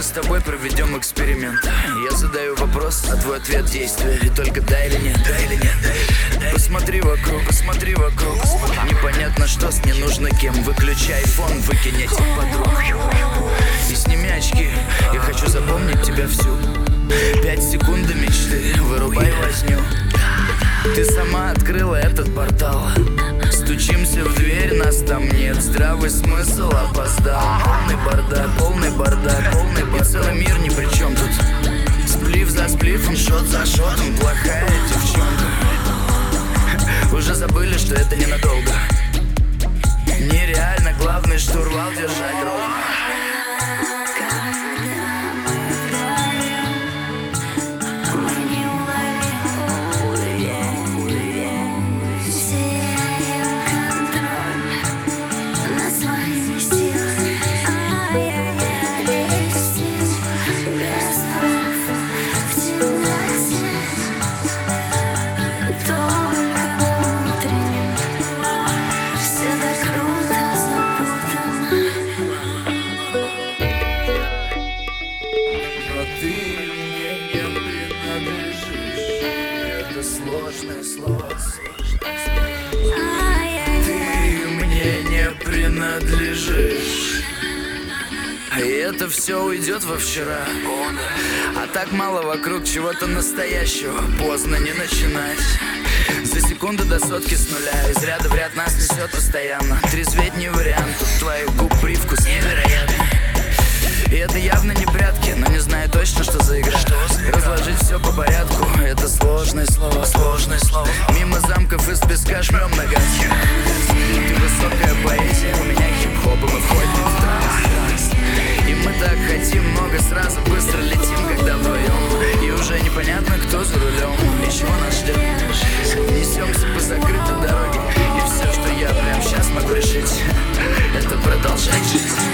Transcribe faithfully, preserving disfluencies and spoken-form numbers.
мы с тобой проведем эксперимент. Я задаю вопрос, а твой ответ действие. И только да или нет, да или нет, да или нет. Посмотри вокруг, посмотри вокруг. Непонятно что с не нужно кем. Выключай фон, выкинь этих подруг и сними очки. Я хочу запомнить тебя всю. Пять секунд до мечты, вырубай возню. Ты сама открыла этот портал. Стучимся в дверь, нас там нет. Здравый смысл опоздал. Полный бардак, полный бардак, полный бардак. И целый мир ни при чем тут. Сплив за сплифом, шот за шотом. Плохая девчонка. Уже забыли, что это ненадолго. Нереально, главный штурвал держать ровно. Сложное слово, ты мне не принадлежишь. И это все уйдет во вчера. А так мало вокруг чего-то настоящего. Поздно не начинать. За секунду до сотки с нуля. Из ряда в ряд нас несет постоянно. Трезветь не вариант. Тут твоих губ привкус невероятный. И это явно не прятки, но не знаю точно, что за игра. Разложить все по порядку, это сложное слово, сложное слово. Мимо замков из песка шмем ноготки. Ты высокая поэзия, у меня хип-хоп, и мы входим в транс. И мы так хотим много, сразу быстро летим, когда вдвоем. И уже непонятно, кто за рулем и чего нас ждет. Несемся по закрытой дороге, и все, что я прямо сейчас могу решить, это продолжать жить.